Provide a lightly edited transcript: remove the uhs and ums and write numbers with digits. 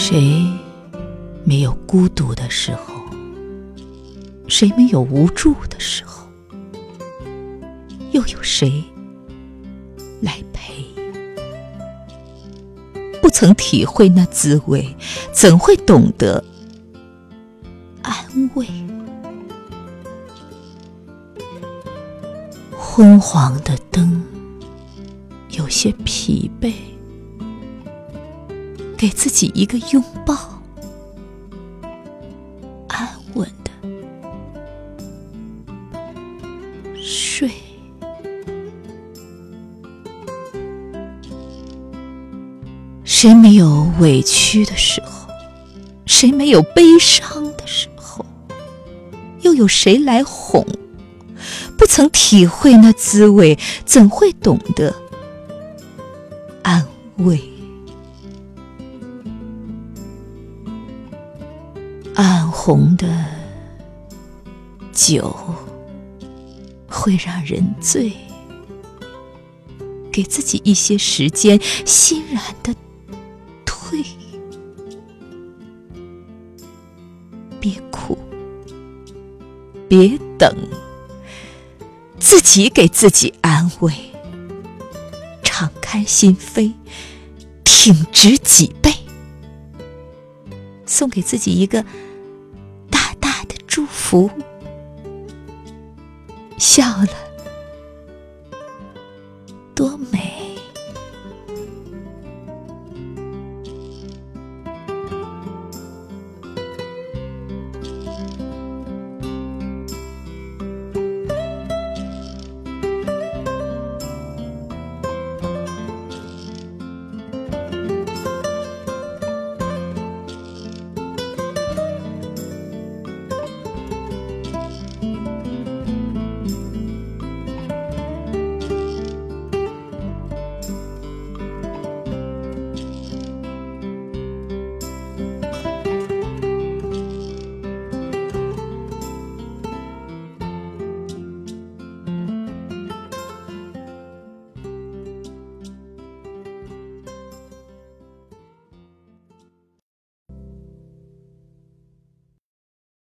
谁没有孤独的时候？谁没有无助的时候？又有谁来陪？不曾体会那滋味，怎会懂得安慰？昏黄的灯有些疲惫，给自己一个拥抱，安稳的睡。谁没有委屈的时候？谁没有悲伤的时候？又有谁来哄？不曾体会那滋味，怎会懂得安慰？暗红的酒会让人醉，给自己一些时间，欣然地退。别哭，别等，自己给自己安慰，敞开心扉，挺直脊背，送给自己一个大大的祝福。笑了，多美。